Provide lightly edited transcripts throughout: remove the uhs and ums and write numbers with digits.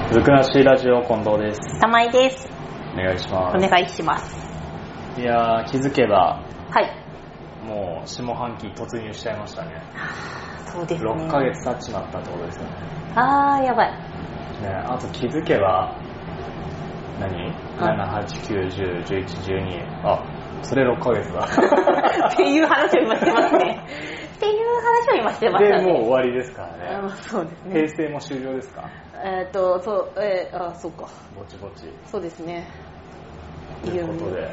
ずくなしラジオ近藤です。 玉井です。 お願いします。 お願いします。 いやー、気づけばはい。 もう下半期突入しちゃいましたね。 そうですね。 6ヶ月経っちまったってことですよね。 やばい。 ね、あと気づけば何 ?7、8、9、10、11、12。あ、それ6ヶ月だ。 っていう話を今してますね。っていう話を今してましたね。 で、もう終わりですからね。 そうですね。 平成も終了ですか？ そうか。 ぼちぼち。 そうですね。 ということで、 はい。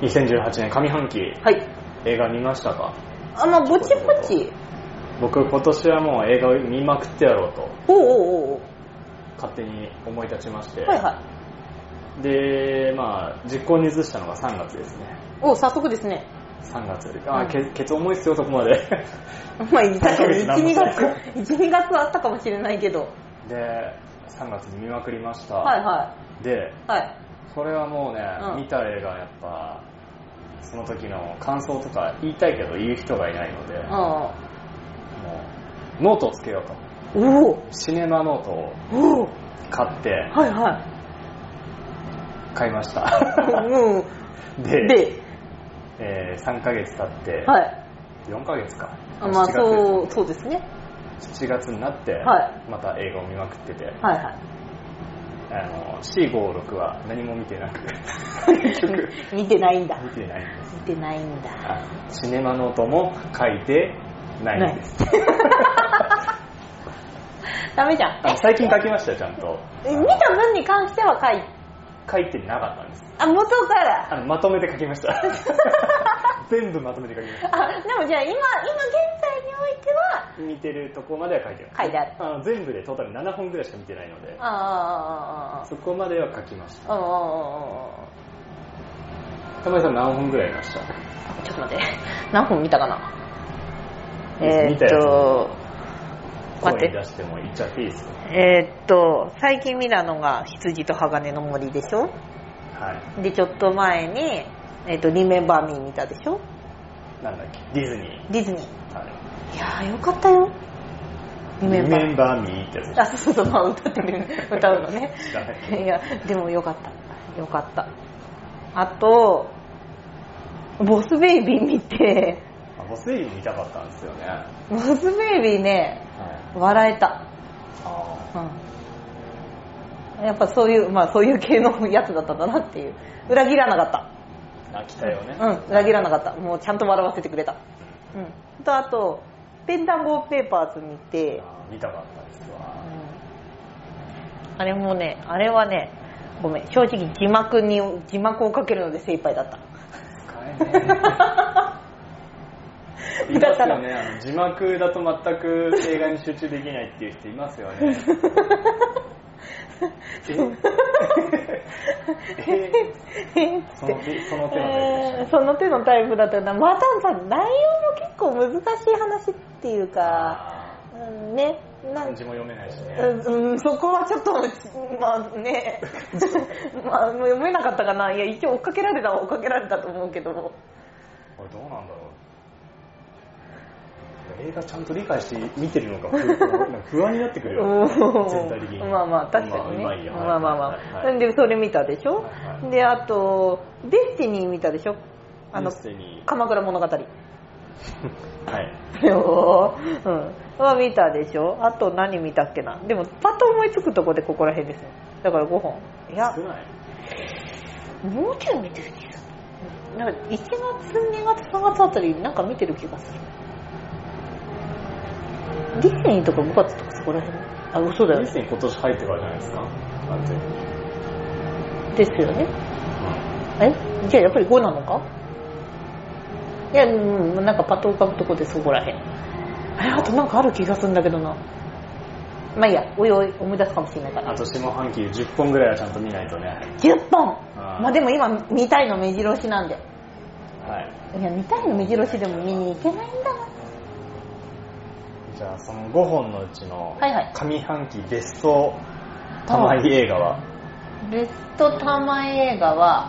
2018年上半期、 はい。 映画見ましたか？ ぼちぼち。 僕今年はもう映画を見まくってやろうと勝手に思い立ちまして、 はいはで、まあ実行に移したのが3月ですね。 早速ですね。 3月。ケツ重いっすよ、そこまで。 まあ、確かに1、2月あったかもしれないけど。 で、3月に見まくりました。 はいはで、 はい。 それはもうね、見た映画やっぱ、その時の感想とか言いたいけど言う人がいないので、もうノートをつけようと。シネマノートを買って、 はいはい。 買いました。で、3ヶ月経って、 はい、 4ヶ月か。 まあそうですね。 7月になって、また映画を見まくってて、 はいはい。 C56 は何も見てなく見てないんだ。 見てないんです。 見てないんだ。 シネマノートも書いてないんです。 ダメじゃん。 最近書きましたよ、ちゃんと。 見た分に関しては書いてなかったんです。 元からまとめて書きました全部まとめて書きました。 でもじゃあ今現在においては見てるとこまでは書いてます。 書いてある。 全部でトータル7本ぐらいしか見てないので、そこまでは書きました。玉井さん何本ぐらい見ました？ ちょっと待って、何本見たかな。 見たやつ声に出しても言っちゃっていいですか？ 最近見たのが羊と鋼の森でしょ。 はい。 でちょっと前にリメンバーミー見たでしょ。 なんだっけ、ディズニー。はい。 いやーよかったよ。リメンバーミーってやつ。 そう、まあ歌うのね。 知らない。 いやでもよかった。あとボスベイビー見て。 ボスベイビー見たかったんですよね。 ボスベイビーね、笑えた。やっぱそういう系のやつだったんだなっていう。裏切らなかった。 期待をね。 裏切らなかった。もうちゃんと笑わせてくれた。あとペンダンゴペーパーズ見て。 見たかったですわ。 あれもね、あれはね、ごめん、正直字幕をかけるので精一杯だった。 使えねいますよね。字幕だと全く映画に集中できないっていう人いますよね。 その手のタイプだったら、またさ、内容も結構難しい話っていうか、ね、 漢字も読めないしね。 そこはちょっと読めなかったかな。いや一応追っかけられたと思うけど。 これどうなんだろう。映画ちゃんと理解して見てるのか不安になってくるよ。全体的に。 まあ確かにね。 でそれ見たでしょ。であとデスティニー見たでしょ。鎌倉物語。はい。は見たでしょ。あと何見たっけな。でもパッと思いつくとこでここら辺ですよ。だから5本。いや。 少ない。 もうちょい見てる気がする。なんか1月、2月、3月あたりなんか見てる気がする。ディズニーとか5月とかそこら辺。嘘だよね。 ディズニー今年入ってからじゃないですか。完全に。 ですよね。じゃあやっぱり5なのか。いや、なんかパッと浮かぶとこでそこら辺。あとなんかある気がするんだけどな。まあいいや、おいおい思い出すかもしれないから。 あと下半期10本ぐらいはちゃんと見ないとね。 10本。まあでも今見たいの目白押しなんで。 はい。 いや見たいの目白押しでも見に行けないんだな。 じゃあその5本のうちの上半期ベスト玉井映画は？ ベスト玉井映画は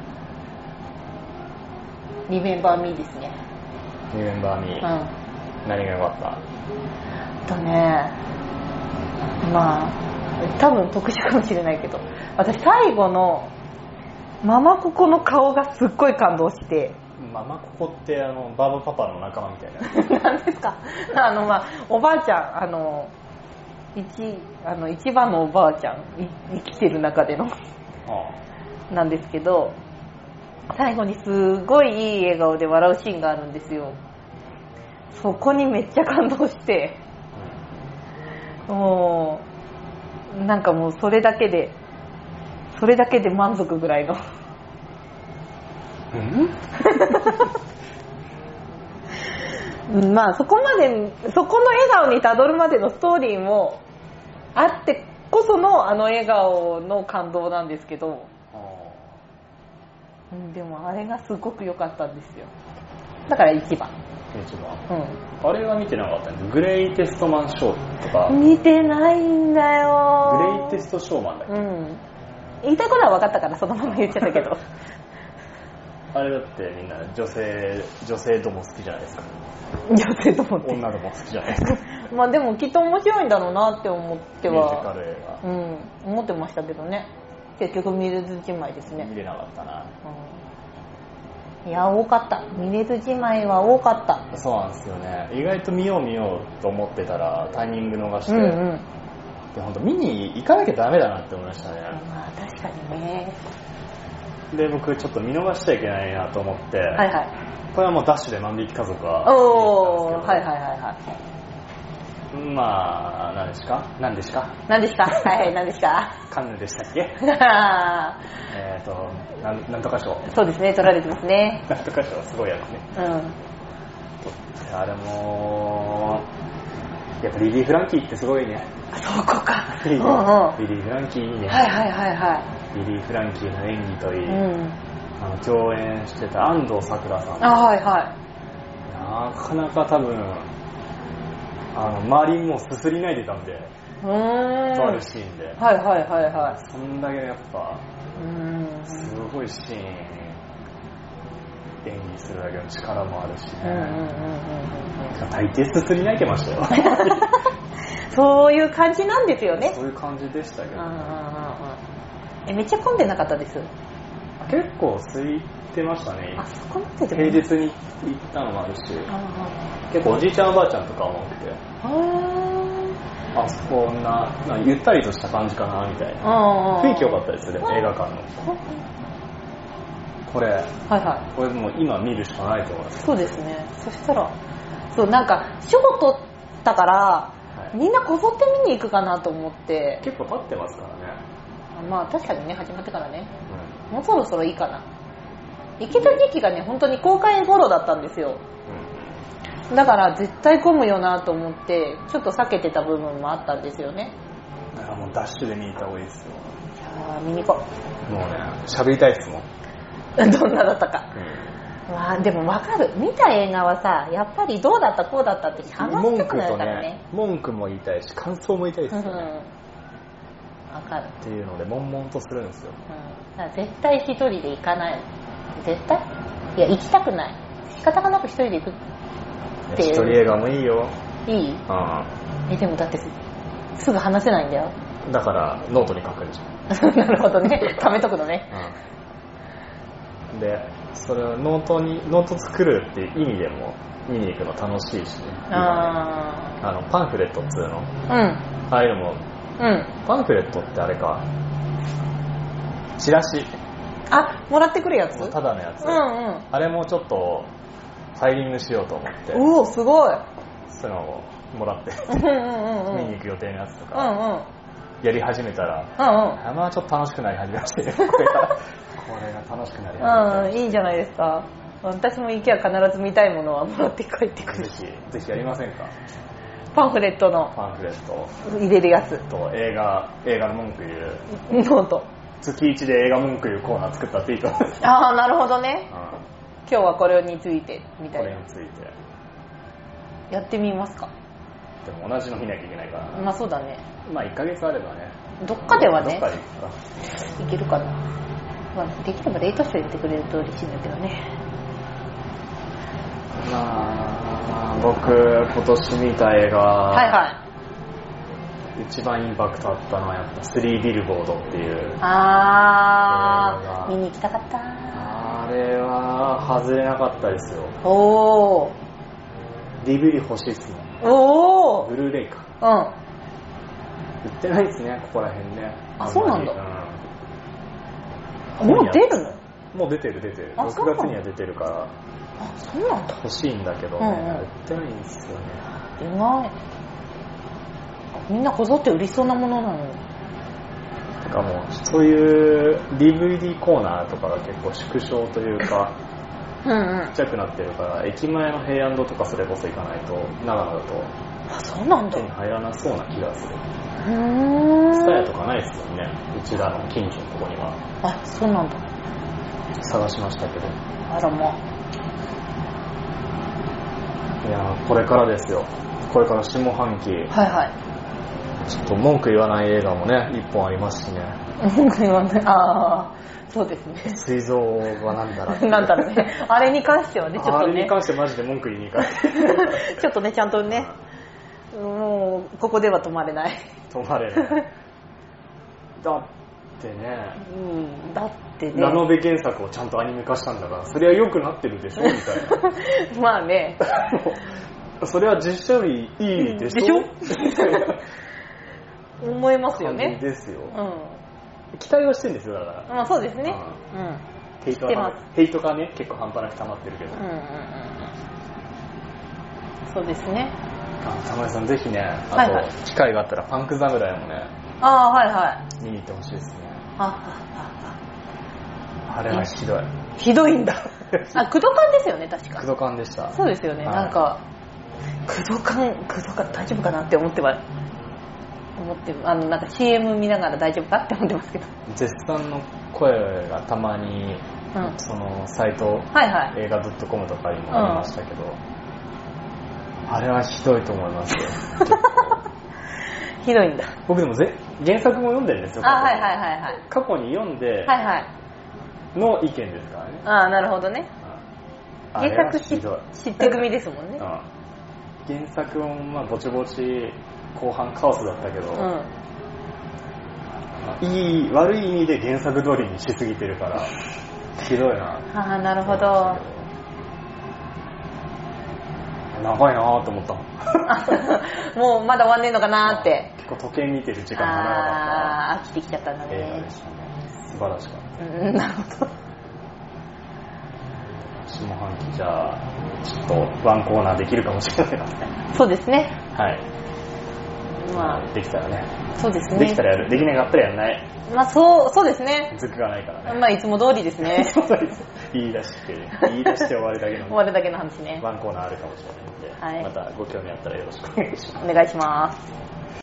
リメンバーミーですね。 リメンバーミー。何が良かった？ まあ多分特殊かもしれないけど、私最後のママココの顔がすっごい感動して。 ママココってバーバパパの仲間みたいな。 何ですか。おばあちゃん、一番のおばあちゃん、生きてる中でのなんですけど、最後にすごいいい笑顔で笑うシーンがあるんですよ。そこにめっちゃ感動して、もうなんかもうそれだけで満足ぐらいのまあそこの笑顔にたどるまでのストーリーもあってこその笑顔の感動なんですけど、でもあれがすごく良かったんですよ。だから1番。 あれは見てなかったんです。グレイテストマンショーとか見てないんだよ。 グレイテストショーマンだっけ。 言いたいことは分かったからそのまま言っちゃったけどあれだってみんな女性ども好きじゃないですか。 女性どもって女ども好きじゃないですかまあでもきっと面白いんだろうなって思ってはミュージカル映画、思ってましたけどね。結局見れずじまいですね。 見れなかったな、 いや多かった。見れずじまいは多かった。 そうなんですよね。意外と見ようと思ってたらタイミング逃して、で本当見に行かなきゃダメだなって思いましたね。 まあ確かにね。 で僕ちょっと見逃しちゃいけないなと思って、これはもうダッシュで万引き家族は見に行ったんですけど、まあ何ですか何ですか何ですかカンヌでしたっけなんとか賞。 そうですね、取られてますね。 なんとか賞すごいやつね。あれもやっぱリリー・フランキーってすごいね。 そこか。 リリー・フランキーいいね。リリー・フランキーの演技といい、共演してた安藤サクラさん、なかなか多分周りにもうすすりないでたんで、とあるシーンで、そんだけやっぱすごいシーン演技するだけの力もあるしね。大抵すすり泣いてましたよそういう感じなんですよね。 そういう感じでしたけど、 めっちゃ混んでなかったです。 結構空いてましたね。平日に行ったのもあるし、結構おじいちゃんおばあちゃんとかも多くて、あそこゆったりとした感じかなみたいな。雰囲気良かったですね、映画館の。これもう今見るしかないと思います。 そうですね。そしたらなんか賞取ったから、みんなこぞって見に行くかなと思って。 結構経ってますからね。 まあ確かにね、始まってからね、もうそろそろいいかな。行けた時期がね、本当に公開頃だったんですよ。だから絶対混むよなと思ってちょっと避けてた部分もあったんですよね。 だからもうダッシュで見に行った方がいいですよ。 見に行こう。 もうね、喋りたいですもんどんなだったか。でも分かる。見た映画はさ、やっぱりどうだったこうだったって話したくなるからね。 文句も言いたいし感想も言いたいですよね。 分かるっていうので悶々とするんですよ。 だから絶対一人で行かない。絶対いや行きたくない。仕方がなく一人で行くっていう。 一人映画もいいよ。 いい？でもだってすぐ話せないんだよ。 だからノートに書くでしょなるほどね。貯めとくのね。 でそれをノート作るっていう意味でも見に行くの楽しいしね。パンフレットっつうの、ああいうのも、パンフレットってあれか、チラシ、 もらってくるやつ、 ただのやつ、あれもちょっとファイリングしようと思って。 すごい。 そういうのをもらって見に行く予定のやつとかやり始めたら、まあちょっと楽しくなり始めましてこれが楽しくなり始めて、 いいじゃないですか。私も行きゃ必ず見たいものはもらって帰ってくるし。 ぜひやりませんか。 パンフレット入れるやつと映画の文句言うノート、 月1で映画文句言うコーナー作ったっていいと思います。 なるほどね。今日はこれについてみたいな。 これについてやってみますか。 でも同じの見なきゃいけないからな。 まあそうだね。 まあ1ヶ月あればね、 どっかではね、 どっかでいけるかな。できればレイトショー入れてくれると嬉しいんだけどね。 僕今年見た映画、 一番インパクトあったのはやっぱ3ビルボードっていう。 見に行きたかった。 あれは外れなかったですよ。 おー。 DVD 欲しいっすね。 おー。 ブルーレイか。売ってないですね、ここら辺ね。 そうなんだ。もう出るの？ もう出てる。6月には出てるから。 そうなんだ。 欲しいんだけどね、売ってないんですよね。 出ない。みんなこぞって売りそうなものなのに。 なんかもうそういう DVD コーナーとかが結構縮小というかちっちゃくなってるから、駅前の平安堂とかそれこそ行かないと長野だとそうなんだ。 手に入らなそうな気がする。スタヤとかないですもんね、うちらの近所のとこには。 そうなんだ。 探しましたけど。 あらま。 いやこれからですよ。これから下半期。ちょっと文句言わない映画もね、一本ありますしね。 文句言わない。そうですね。 膵臓はなんだろう。 なんだろうね。あれに関してはね、ちょっとね。 あれに関してマジで文句言いに行かない。 ちょっとね、ちゃんとね、もう、ここでは止まれない。 止まれない。だってね。 だってね。 ラノベ原作をちゃんとアニメ化したんだから、それは良くなってるでしょみたいな。 まあね。 それは実写よりいいでしょ思いますよね。 ですよ。期待はしてるんですよ、だから。 そうですね。 ヘイトがね、結構半端なく溜まってるけど。 そうですね。 玉井さんぜひね、あと機会があったらパンク侍もね、見に行ってほしいですね。あれはひどい。 ひどいんだ。クドカンですよね、確か。 クドカンでした。 そうですよね。なんかクドカン大丈夫かなって思ってなんか CM 見ながら大丈夫かって思ってますけど。 絶賛の声がたまに、そのサイト、映画 .com とかにもありましたけど、あれはひどいと思いますよ。 ひどいんだ。 僕でも原作も読んでるんですよ。過去に読んでの意見ですからね。 なるほどね。原作知って組ですもんね。 原作もぼちぼち後半カオスだったけど、悪い意味で原作通りにしすぎてるからひどいな。 なるほど。 長いなと思ったもん。 もうまだ終わんねえのかなって。 結構時計見てる時間が長かった。飽きてきちゃったんだね。 映画でしたね。素晴らしかった。 なるほど。 下半期じゃあちょっとワンコーナーできるかもしれないですね。 そうですね。 できたらね。 そうですね。 できたらやる。できなかったらやらない。 そうですね。 ズクがないからね。 いつも通りですね。 言い出して終わるだけの。 終わるだけの話ね。 ワンコーナーあるかもしれないので、またご興味あったらよろしくお願いします。 お願いします。